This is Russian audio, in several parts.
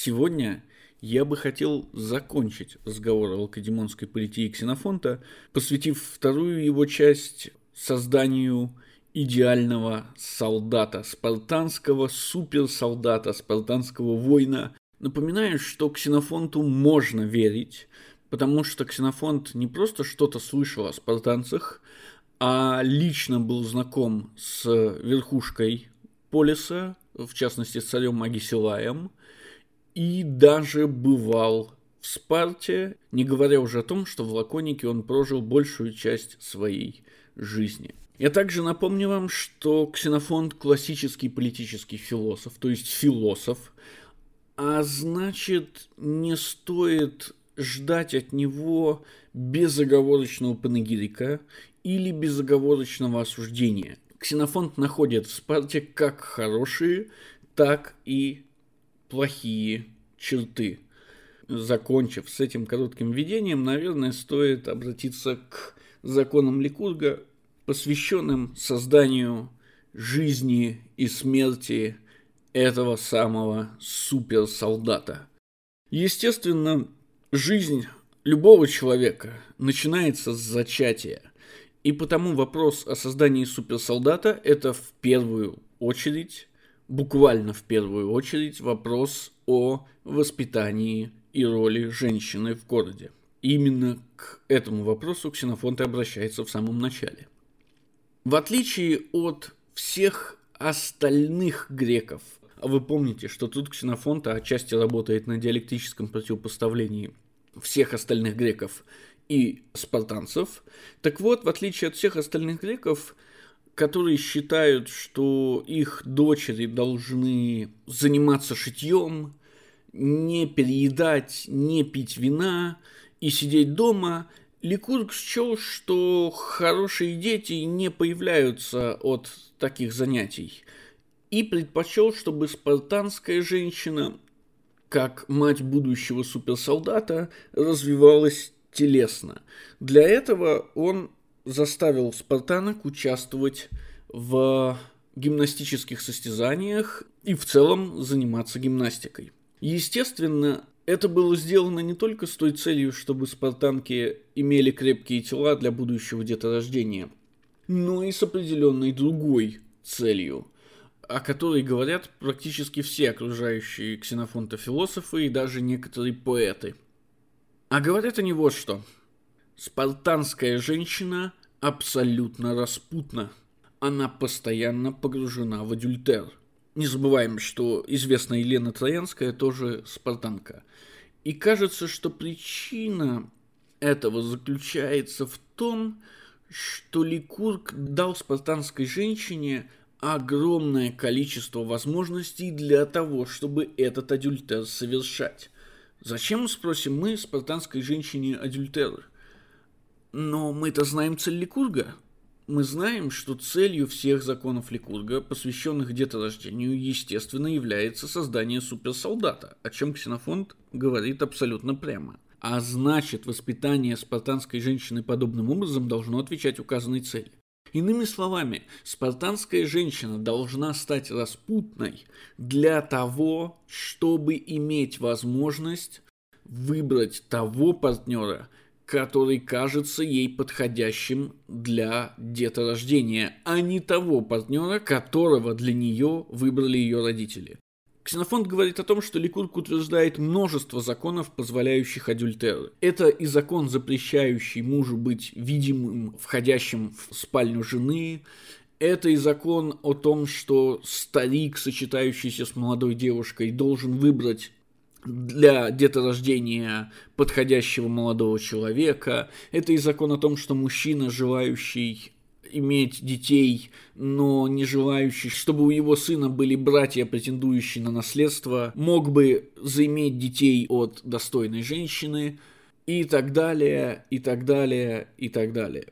Сегодня я бы хотел закончить разговор о лакедемонской политее Ксенофонта, посвятив вторую его часть созданию идеального солдата, спартанского суперсолдата, спартанского воина. Напоминаю, что Ксенофонту можно верить, потому что Ксенофонт не просто что-то слышал о спартанцах, а лично был знаком с верхушкой полиса, в частности с царем Агисилаем, и даже бывал в Спарте, не говоря уже о том, что в Лаконике он прожил большую часть своей жизни. Я также напомню вам, что Ксенофонт классический политический философ, то есть философ, а значит, не стоит ждать от него безоговорочного панегирика или безоговорочного осуждения. Ксенофонт находит в Спарте как хорошие, так и плохие черты. Закончив с этим коротким введением, наверное, стоит обратиться к законам Ликурга, посвященным созданию жизни и смерти этого самого суперсолдата. Естественно, жизнь любого человека начинается с зачатия, и потому вопрос о создании суперсолдата – это в первую очередь, буквально в первую очередь, вопрос о воспитании и роли женщины в городе. Именно к этому вопросу Ксенофонт обращается в самом начале. В отличие от всех остальных греков, а вы помните, что тут Ксенофонт отчасти работает на диалектическом противопоставлении всех остальных греков и спартанцев, так вот, в отличие от всех остальных греков, которые считают, что их дочери должны заниматься шитьем, не переедать, не пить вина и сидеть дома, Ликург счел, что хорошие дети не появляются от таких занятий, и предпочел, чтобы спартанская женщина, как мать будущего суперсолдата, развивалась телесно. Для этого он заставил спартанок участвовать в гимнастических состязаниях и в целом заниматься гимнастикой. Естественно, это было сделано не только с той целью, чтобы спартанки имели крепкие тела для будущего деторождения, но и с определенной другой целью, о которой говорят практически все окружающие Ксенофонта философы и даже некоторые поэты. А говорят они вот что. Спартанская женщина абсолютно распутна. Она постоянно погружена в адюльтер. Не забываем, что известная Елена Троянская тоже спартанка. И кажется, что причина этого заключается в том, что Ликург дал спартанской женщине огромное количество возможностей для того, чтобы этот адюльтер совершать. Зачем, спросим мы, спартанской женщине адюльтеры? Но мы-то знаем цель Ликурга. Мы знаем, что целью всех законов Ликурга, посвященных деторождению, естественно, является создание суперсолдата, о чем Ксенофонт говорит абсолютно прямо. А значит, воспитание спартанской женщины подобным образом должно отвечать указанной цели. Иными словами, спартанская женщина должна стать распутной для того, чтобы иметь возможность выбрать того партнера, который кажется ей подходящим для деторождения, а не того партнера, которого для нее выбрали ее родители. Ксенофонт говорит о том, что Ликург утверждает множество законов, позволяющих адюльтеры. Это и закон, запрещающий мужу быть видимым, входящим в спальню жены. Это и закон о том, что старик, сочетающийся с молодой девушкой, должен выбрать для деторождения подходящего молодого человека. Это и закон о том, что мужчина, желающий иметь детей, но не желающий, чтобы у его сына были братья, претендующие на наследство, мог бы заиметь детей от достойной женщины, и так далее, и так далее, и так далее.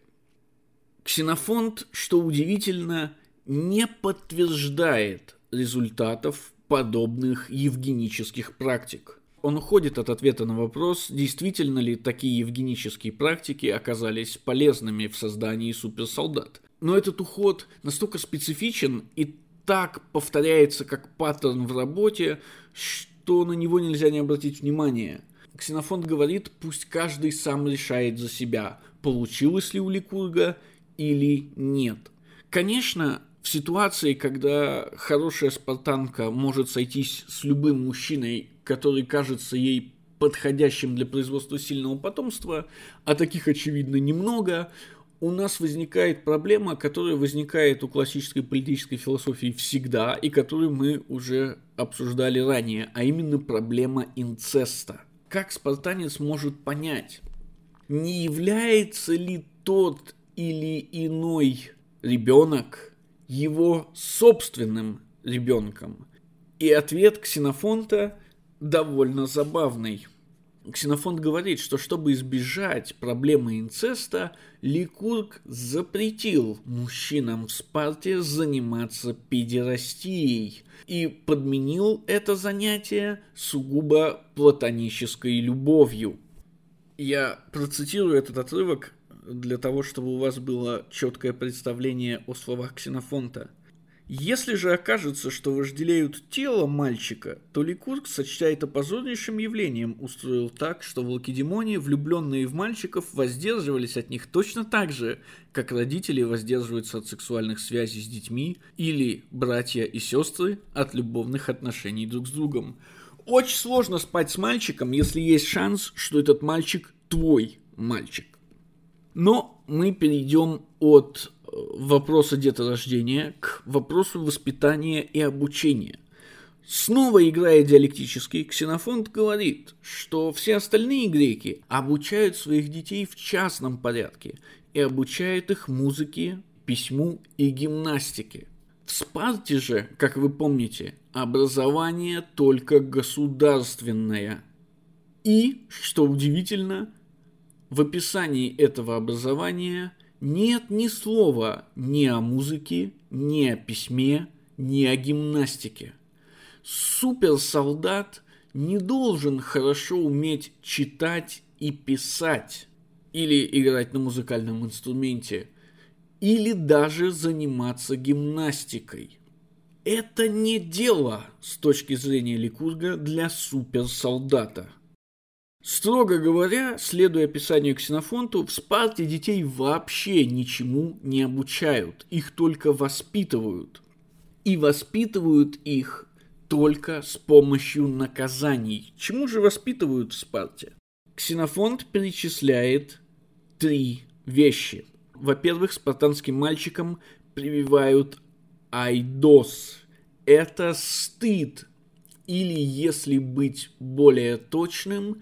Ксенофонт, что удивительно, не подтверждает результатов подобных евгенических практик. Он уходит от ответа на вопрос, действительно ли такие евгенические практики оказались полезными в создании суперсолдат. Но этот уход настолько специфичен и так повторяется как паттерн в работе, что на него нельзя не обратить внимания. Ксенофонт говорит, пусть каждый сам решает за себя, получилось ли у Ликурга или нет. Конечно, в ситуации, когда хорошая спартанка может сойтись с любым мужчиной, который кажется ей подходящим для производства сильного потомства, а таких, очевидно, немного, у нас возникает проблема, которая возникает у классической политической философии всегда, и которую мы уже обсуждали ранее, а именно проблема инцеста. Как спартанец может понять, не является ли тот или иной ребенок его собственным ребенком? И ответ Ксенофонта довольно забавный. Ксенофонт говорит, что чтобы избежать проблемы инцеста, Ликург запретил мужчинам в Спарте заниматься педерастией и подменил это занятие сугубо платонической любовью. Я процитирую этот отрывок для того, чтобы у вас было четкое представление о словах Ксенофонта. Если же окажется, что вожделеют тело мальчика, то Ликург, сочтя это позорнейшим явлением, устроил так, что в Лакедемоне влюбленные в мальчиков воздерживались от них точно так же, как родители воздерживаются от сексуальных связей с детьми или братья и сестры от любовных отношений друг с другом. Очень сложно спать с мальчиком, если есть шанс, что этот мальчик твой мальчик. Но мы перейдем от вопроса деторождения к вопросу воспитания и обучения. Снова играя диалектически, Ксенофонт говорит, что все остальные греки обучают своих детей в частном порядке и обучают их музыке, письму и гимнастике. В Спарте же, как вы помните, образование только государственное. И, что удивительно, в описании этого образования нет ни слова ни о музыке, ни о письме, ни о гимнастике. Суперсолдат не должен хорошо уметь читать и писать, или играть на музыкальном инструменте, или даже заниматься гимнастикой. Это не дело, с точки зрения Ликурга, для суперсолдата. Строго говоря, следуя описанию Ксенофонту, в Спарте детей вообще ничему не обучают, их только воспитывают. И воспитывают их только с помощью наказаний. Чему же воспитывают в Спарте? Ксенофонт перечисляет 3 вещи. Во-первых, спартанским мальчикам прививают айдос. Это стыд, или, если быть более точным,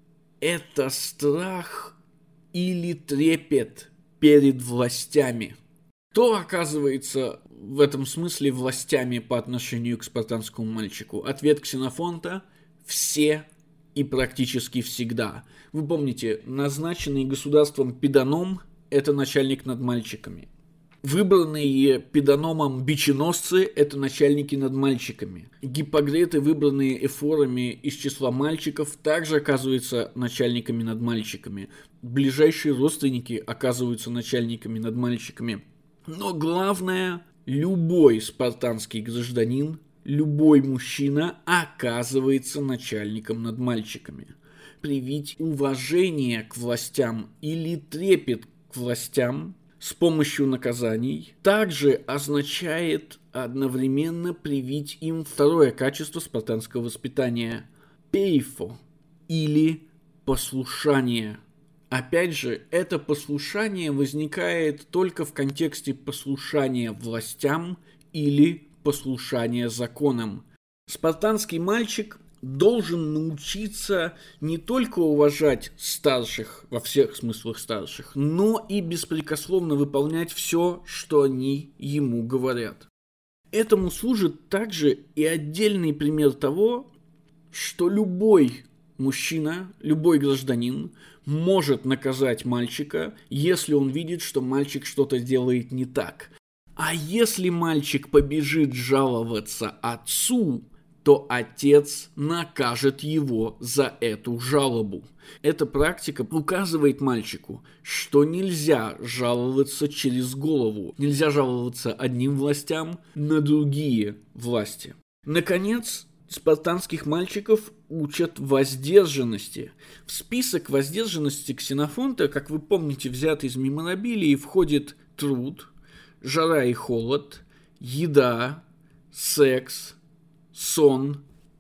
это страх или трепет перед властями. Кто оказывается в этом смысле властями по отношению к спартанскому мальчику? Ответ Ксенофонта – все и практически всегда. Вы помните, назначенный государством педаном – это начальник над мальчиками. Выбранные педаномом биченосцы – это начальники над мальчиками. Гиппогреты, выбранные эфорами из числа мальчиков, также оказываются начальниками над мальчиками. Ближайшие родственники оказываются начальниками над мальчиками. Но главное, любой спартанский гражданин, любой мужчина оказывается начальником над мальчиками. Привить уважение к властям или трепет к властям с помощью наказаний также означает одновременно привить им второе качество спартанского воспитания – пейфо, или послушание. Опять же, это послушание возникает только в контексте послушания властям или послушания законам. Спартанский мальчик должен научиться не только уважать старших, во всех смыслах старших, но и беспрекословно выполнять все, что они ему говорят. Этому служит также и отдельный пример того, что любой мужчина, любой гражданин может наказать мальчика, если он видит, что мальчик что-то делает не так. А если мальчик побежит жаловаться отцу, то отец накажет его за эту жалобу. Эта практика указывает мальчику, что нельзя жаловаться через голову, нельзя жаловаться одним властям на другие власти. Наконец, спартанских мальчиков учат воздержанности. В список воздержанности Ксенофонта, как вы помните, взят из меморабилии, входит труд, жара и холод, еда, секс, сон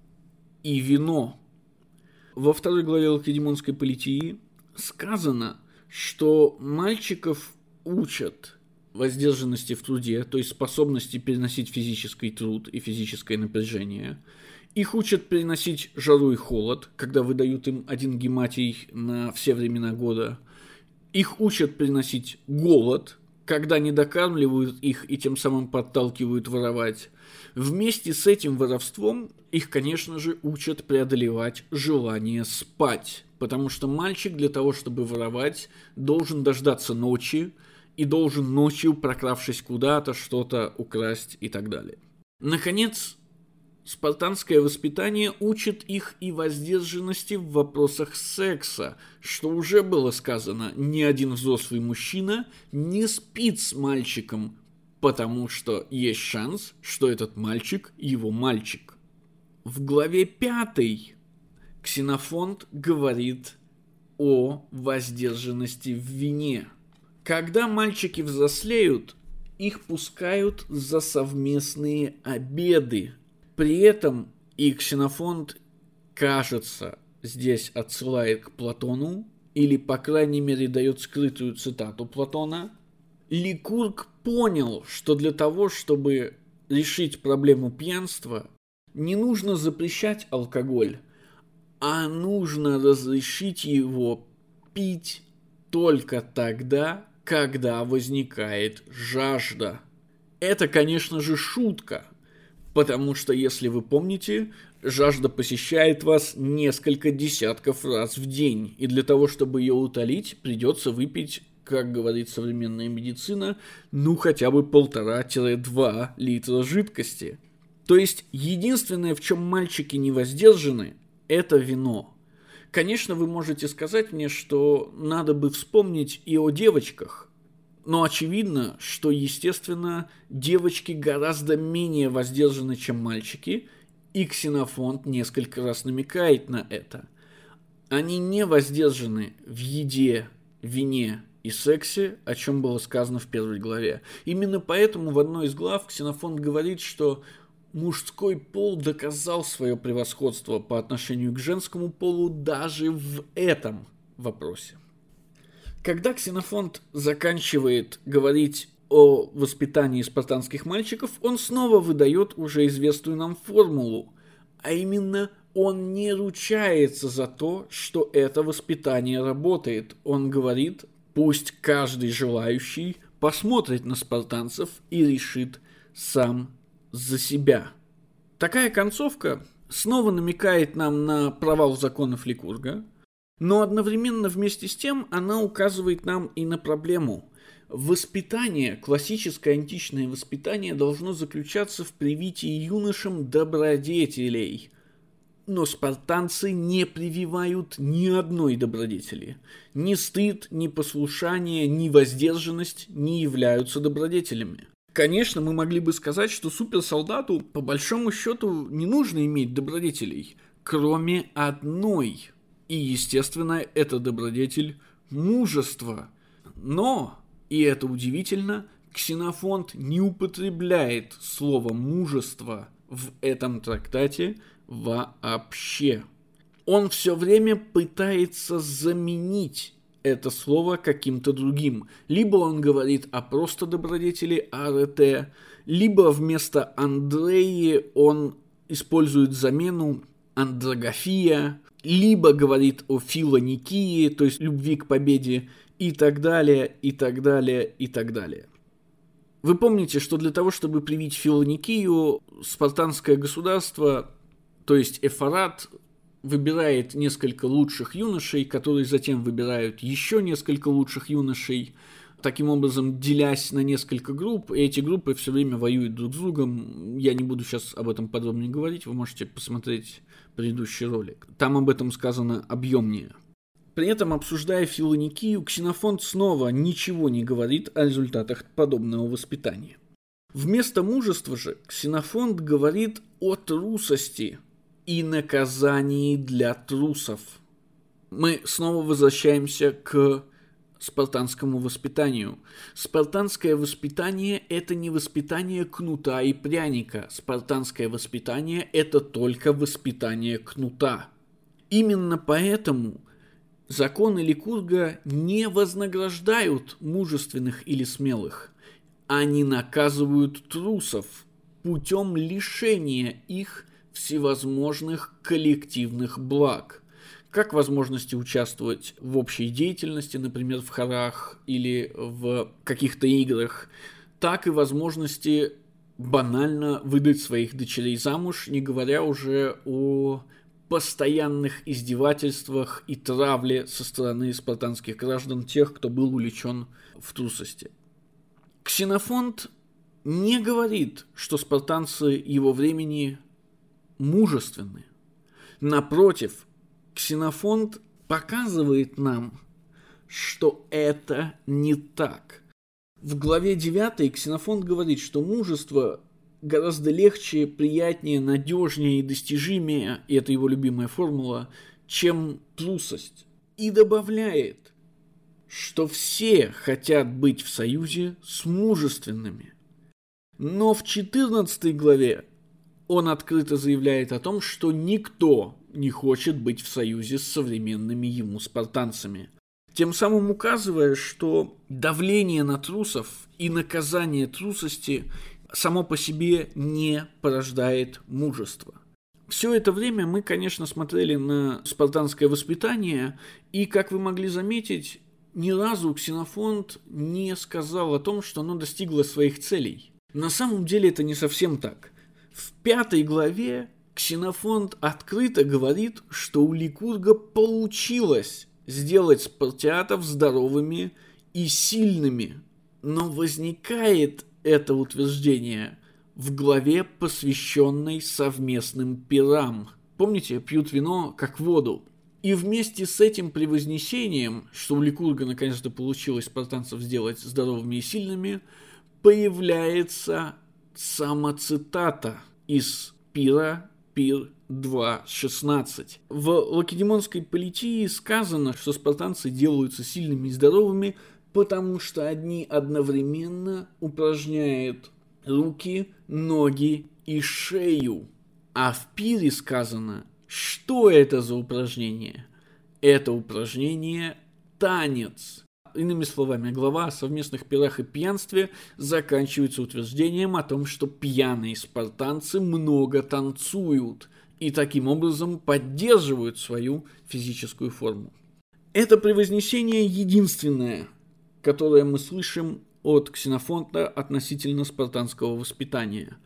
и вино. Во второй главе Лакедемонской политии сказано, что мальчиков учат воздержанности в труде, то есть способности переносить физический труд и физическое напряжение. Их учат переносить жару и холод, когда выдают им 1 гематий на все времена года. Их учат переносить голод, когда не докармливают их и тем самым подталкивают воровать. Вместе с этим воровством их, конечно же, учат преодолевать желание спать, потому что мальчик для того, чтобы воровать, должен дождаться ночи и должен ночью, прокравшись куда-то, что-то украсть и так далее. Наконец, спартанское воспитание учит их и воздержанности в вопросах секса, что уже было сказано, ни один взрослый мужчина не спит с мальчиком, потому что есть шанс, что этот мальчик его мальчик. В главе 5 Ксенофонт говорит о воздержанности в вине. Когда мальчики взрослеют, их пускают за совместные обеды. При этом и Ксенофонт, кажется, здесь отсылает к Платону, или, по крайней мере, дает скрытую цитату Платона. Ликург понял, что для того, чтобы решить проблему пьянства, не нужно запрещать алкоголь, а нужно разрешить его пить только тогда, когда возникает жажда. Это, конечно же, шутка, потому что, если вы помните, жажда посещает вас несколько десятков раз в день, и для того, чтобы ее утолить, придется выпить, как говорит современная медицина, хотя бы 1,5-2 литра жидкости. То есть, единственное, в чем мальчики не воздержаны, это вино. Конечно, вы можете сказать мне, что надо бы вспомнить и о девочках, но очевидно, что, естественно, девочки гораздо менее воздержаны, чем мальчики, и Ксенофонт несколько раз намекает на это. Они не воздержаны в еде, вине и сексе, о чем было сказано в 1 главе. Именно поэтому в одной из глав Ксенофонт говорит, что мужской пол доказал свое превосходство по отношению к женскому полу даже в этом вопросе. Когда Ксенофонт заканчивает говорить о воспитании спартанских мальчиков, он снова выдает уже известную нам формулу, а именно он не ручается за то, что это воспитание работает. Он говорит, пусть каждый желающий посмотрит на спартанцев и решит сам за себя. Такая концовка снова намекает нам на провал законов Ликурга, но одновременно вместе с тем она указывает нам и на проблему. Воспитание, классическое античное воспитание должно заключаться в привитии юношам добродетелей. Но спартанцы не прививают ни одной добродетели. Ни стыд, ни послушание, ни воздержанность не являются добродетелями. Конечно, мы могли бы сказать, что суперсолдату по большому счету не нужно иметь добродетелей, кроме одной. И, естественно, это добродетель мужества. Но, и это удивительно, Ксенофонт не употребляет слово «мужество» в этом трактате вообще. Он все время пытается заменить это слово каким-то другим. Либо он говорит о просто добродетели арете, либо вместо Андреи он использует замену андрогофия, либо говорит о филоникии, то есть любви к победе, и так далее, и так далее, и так далее. Вы помните, что для того, чтобы привить филоникию, спартанское государство, то есть Эфорат, выбирает несколько лучших юношей, которые затем выбирают еще несколько лучших юношей, таким образом делясь на несколько групп, и эти группы все время воюют друг с другом. Я не буду сейчас об этом подробнее говорить, вы можете посмотреть предыдущий ролик. Там об этом сказано объемнее. При этом, обсуждая филоникию, Ксенофонт снова ничего не говорит о результатах подобного воспитания. Вместо мужества же Ксенофонт говорит о трусости. и наказании для трусов. Мы снова возвращаемся к спартанскому воспитанию. Спартанское воспитание – это не воспитание кнута и пряника. Спартанское воспитание – это только воспитание кнута. Именно поэтому законы Ликурга не вознаграждают мужественных или смелых. Они наказывают трусов путем лишения их всевозможных коллективных благ, как возможности участвовать в общей деятельности, например, в хорах или в каких-то играх, так и возможности банально выдать своих дочерей замуж, не говоря уже о постоянных издевательствах и травле со стороны спартанских граждан, тех, кто был увлечен в трусости. Ксенофонт не говорит, что спартанцы его времени мужественны. Напротив, Ксенофонт показывает нам, что это не так. В главе 9 Ксенофонт говорит, что мужество гораздо легче, приятнее, надежнее и достижимее, и это его любимая формула, чем трусость. И добавляет, что все хотят быть в союзе с мужественными. Но в 14 главе он открыто заявляет о том, что никто не хочет быть в союзе с современными ему спартанцами. Тем самым указывая, что давление на трусов и наказание трусости само по себе не порождает мужество. Все это время мы, конечно, смотрели на спартанское воспитание, и, как вы могли заметить, ни разу Ксенофонт не сказал о том, что оно достигло своих целей. На самом деле это не совсем так. В 5 главе Ксенофонт открыто говорит, что у Ликурга получилось сделать спартиатов здоровыми и сильными. Но возникает это утверждение в главе, посвященной совместным пирам. Помните, пьют вино как воду. И вместе с этим превознесением, что у Ликурга наконец-то получилось спартанцев сделать здоровыми и сильными, появляется самоцитата из Пир 2.16. В Лакедемонской политии сказано, что спартанцы делаются сильными и здоровыми, потому что они одновременно упражняют руки, ноги и шею. А в Пире сказано, что это за упражнение? Это упражнение танец. Иными словами, глава о совместных пирах и пьянстве заканчивается утверждением о том, что пьяные спартанцы много танцуют и таким образом поддерживают свою физическую форму. Это превознесение единственное, которое мы слышим от Ксенофонта относительно спартанского воспитания.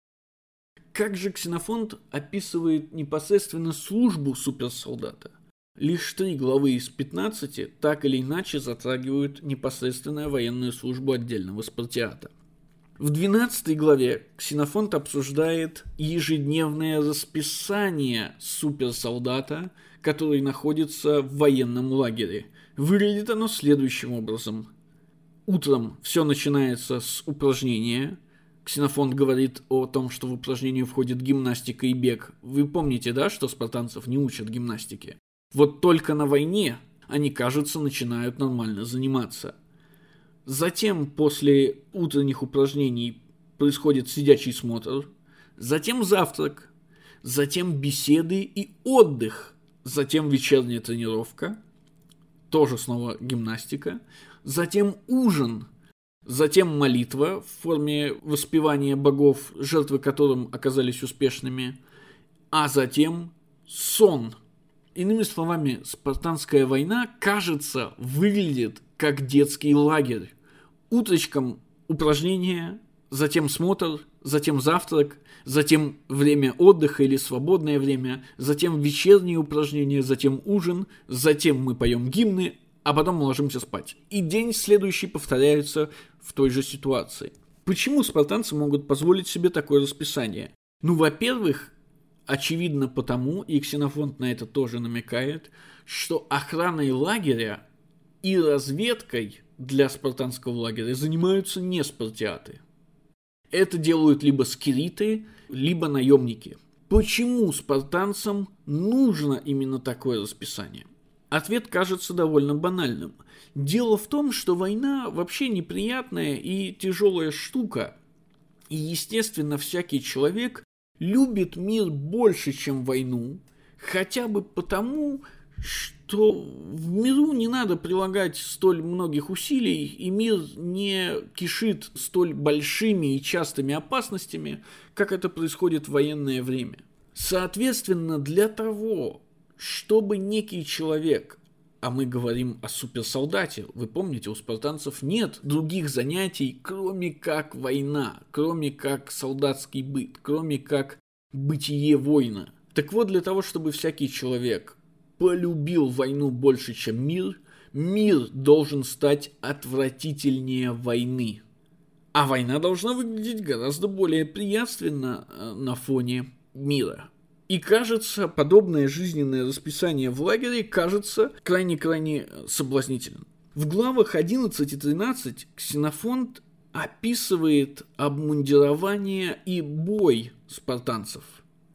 Как же Ксенофонт описывает непосредственно службу суперсолдата? Лишь 3 главы из 15 так или иначе затрагивают непосредственную военную службу отдельного спартиата. В 12 главе Ксенофонт обсуждает ежедневное расписание суперсолдата, который находится в военном лагере. Выглядит оно следующим образом. Утром все начинается с упражнения. Ксенофонт говорит о том, что в упражнение входит гимнастика и бег. Вы помните, да, что спартанцев не учат гимнастике? Вот только на войне они, кажется, начинают нормально заниматься. Затем после утренних упражнений происходит сидячий смотр, затем завтрак, затем беседы и отдых, затем вечерняя тренировка, тоже снова гимнастика, затем ужин, затем молитва в форме воспевания богов, жертвы которым оказались успешными, а затем сон. Иными словами, спартанская война, кажется, выглядит как детский лагерь. Утречком упражнения, затем смотр, затем завтрак, затем время отдыха или свободное время, затем вечерние упражнения, затем ужин, затем мы поем гимны, а потом ложимся спать. И день следующий повторяется в той же ситуации. Почему спартанцы могут позволить себе такое расписание? Ну, во-первых, очевидно потому, и Ксенофонт на это тоже намекает, что охраной лагеря и разведкой для спартанского лагеря занимаются не спартиаты. Это делают либо скириты, либо наемники. Почему спартанцам нужно именно такое расписание? Ответ кажется довольно банальным. Дело в том, что война вообще неприятная и тяжелая штука. И, естественно, всякий человек любит мир больше, чем войну, хотя бы потому, что в миру не надо прилагать столь многих усилий, и мир не кишит столь большими и частыми опасностями, как это происходит в военное время. Соответственно, для того, чтобы некий человек, а мы говорим о суперсолдате, вы помните, у спартанцев нет других занятий, кроме как война, кроме как солдатский быт, кроме как бытие воина. Так вот, для того, чтобы всякий человек полюбил войну больше, чем мир, мир должен стать отвратительнее войны. А война должна выглядеть гораздо более приятственно на фоне мира. И кажется, подобное жизненное расписание в лагере кажется крайне-крайне соблазнительным. В главах 11 и 13 Ксенофонт описывает обмундирование и бой спартанцев.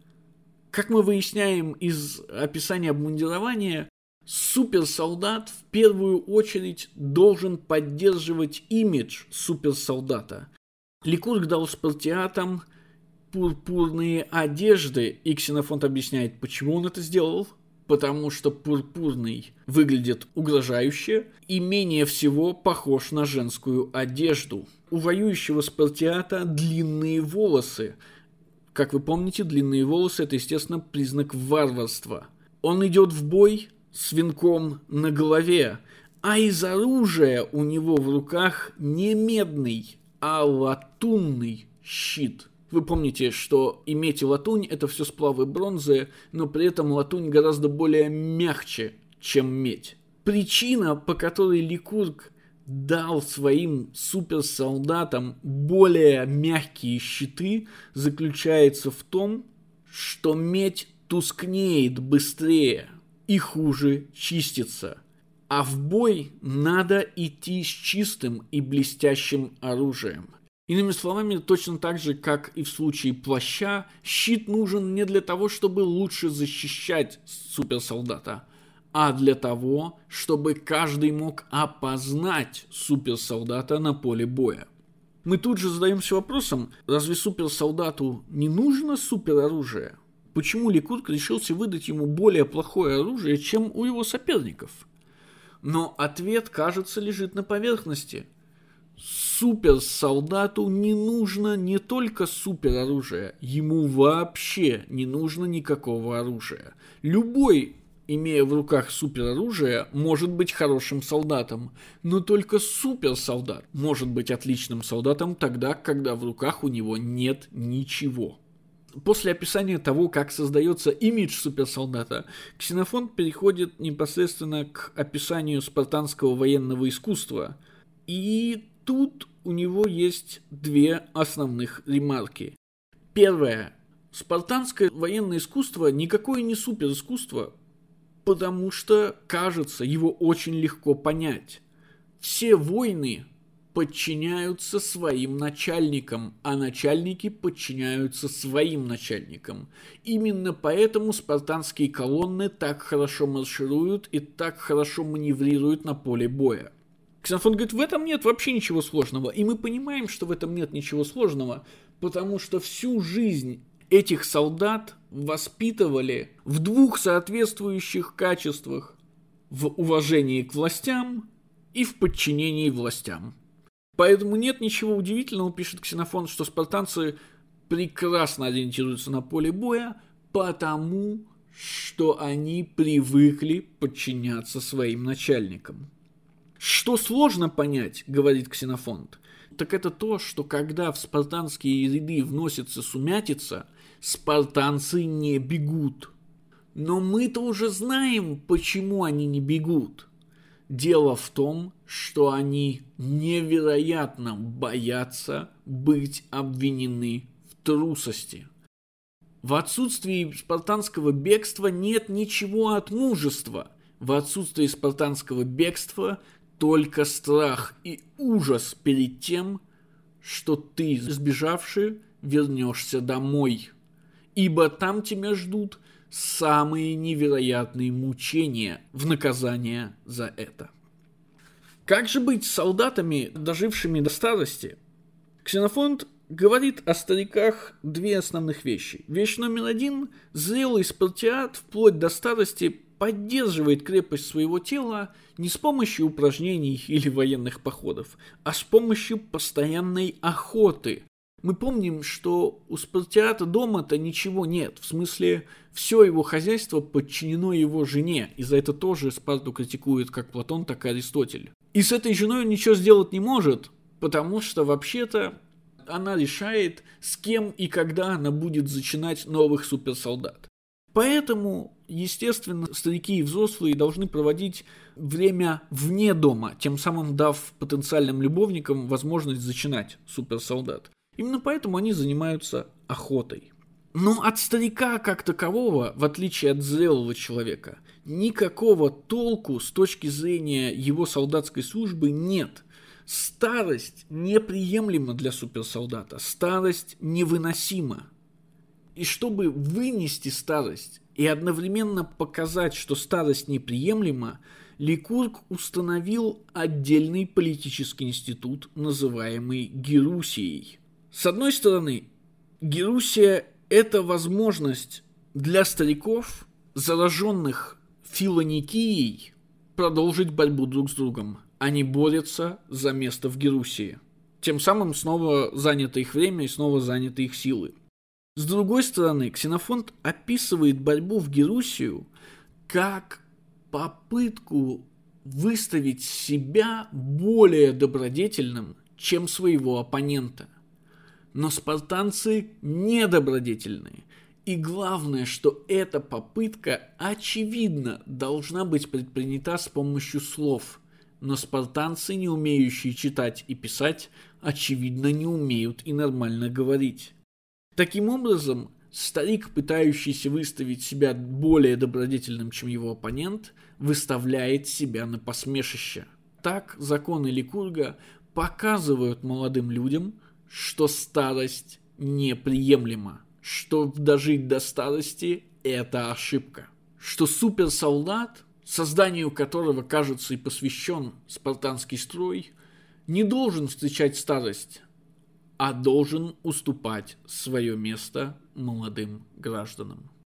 Как мы выясняем из описания обмундирования, суперсолдат в первую очередь должен поддерживать имидж суперсолдата. Ликург дал спартиатам пурпурные одежды, и Ксенофонт объясняет, почему он это сделал. Потому что пурпурный выглядит угрожающе и менее всего похож на женскую одежду. У воюющего спартиата длинные волосы. Как вы помните, длинные волосы – это, естественно, признак варварства. Он идет в бой с венком на голове, а из оружия у него в руках не медный, а латунный щит. Вы помните, что иметь и латунь – это все сплавы бронзы, но при этом латунь гораздо более мягче, чем медь. Причина, по которой Ликург дал своим суперсолдатам более мягкие щиты, заключается в том, что медь тускнеет быстрее и хуже чистится. А в бой надо идти с чистым и блестящим оружием. Иными словами, точно так же, как и в случае плаща, щит нужен не для того, чтобы лучше защищать суперсолдата, а для того, чтобы каждый мог опознать суперсолдата на поле боя. Мы тут же задаемся вопросом, разве суперсолдату не нужно супероружие? Почему Ликург решился выдать ему более плохое оружие, чем у его соперников? Но ответ, кажется, лежит на поверхности. Суперсолдату не нужно не только супероружие, ему вообще не нужно никакого оружия. Любой, имея в руках супероружие, может быть хорошим солдатом, но только суперсолдат может быть отличным солдатом тогда, когда в руках у него нет ничего. После описания того, как создается имидж суперсолдата, Ксенофонт переходит непосредственно к описанию спартанского военного искусства. И тут у него есть две основных ремарки. Первое. Спартанское военное искусство никакое не суперискусство, потому что, кажется, его очень легко понять. Все воины подчиняются своим начальникам, а начальники подчиняются своим начальникам. Именно поэтому спартанские колонны так хорошо маршируют и так хорошо маневрируют на поле боя. Ксенофонт говорит, в этом нет вообще ничего сложного. И мы понимаем, что в этом нет ничего сложного, потому что всю жизнь этих солдат воспитывали в двух соответствующих качествах: в уважении к властям и в подчинении властям. Поэтому нет ничего удивительного, пишет Ксенофонт, что спартанцы прекрасно ориентируются на поле боя, потому что они привыкли подчиняться своим начальникам. Что сложно понять, говорит Ксенофонт, так это то, что когда в спартанские ряды вносится сумятица, спартанцы не бегут. Но мы-то уже знаем, почему они не бегут. Дело в том, что они невероятно боятся быть обвинены в трусости. В отсутствии спартанского бегства нет ничего от мужества. В отсутствии спартанского бегства только страх и ужас перед тем, что ты, сбежавший, вернешься домой. ибо там тебя ждут самые невероятные мучения в наказание за это. Как же быть с солдатами, дожившими до старости? Ксенофонт говорит о стариках две основных вещи. Вещь номер один – зрелый спартиат вплоть до старости поддерживает крепость своего тела не с помощью упражнений или военных походов, а с помощью постоянной охоты. Мы помним, что у спартиата дома-то ничего нет, в смысле, все его хозяйство подчинено его жене, и за это тоже Спарту критикует как Платон, так и Аристотель. И с этой женой он ничего сделать не может, потому что вообще-то она решает, с кем и когда она будет зачинать новых суперсолдат. Поэтому, естественно, старики и взрослые должны проводить время вне дома, тем самым дав потенциальным любовникам возможность зачинать суперсолдат. Именно поэтому они занимаются охотой. Но от старика как такового, в отличие от зрелого человека, никакого толку с точки зрения его солдатской службы нет. Старость неприемлема для суперсолдата, старость невыносима. И чтобы вынести старость и одновременно показать, что старость неприемлема, Ликург установил отдельный политический институт, называемый Герусией. С одной стороны, Герусия – это возможность для стариков, зараженных филоникией, продолжить борьбу друг с другом. Они борются за место в Герусии. Тем самым снова занято их время и снова заняты их силы. С другой стороны, Ксенофонт описывает борьбу в Герусию как попытку выставить себя более добродетельным, чем своего оппонента. Но спартанцы недобродетельные. И главное, что эта попытка, очевидно, должна быть предпринята с помощью слов. Но спартанцы, не умеющие читать и писать, очевидно, не умеют и нормально говорить. Таким образом, старик, пытающийся выставить себя более добродетельным, чем его оппонент, выставляет себя на посмешище. Так законы Ликурга показывают молодым людям, что старость неприемлема, что дожить до старости – это ошибка, что суперсолдат, созданию которого, кажется, и посвящен спартанский строй, не должен встречать старость, а должен уступать свое место молодым гражданам.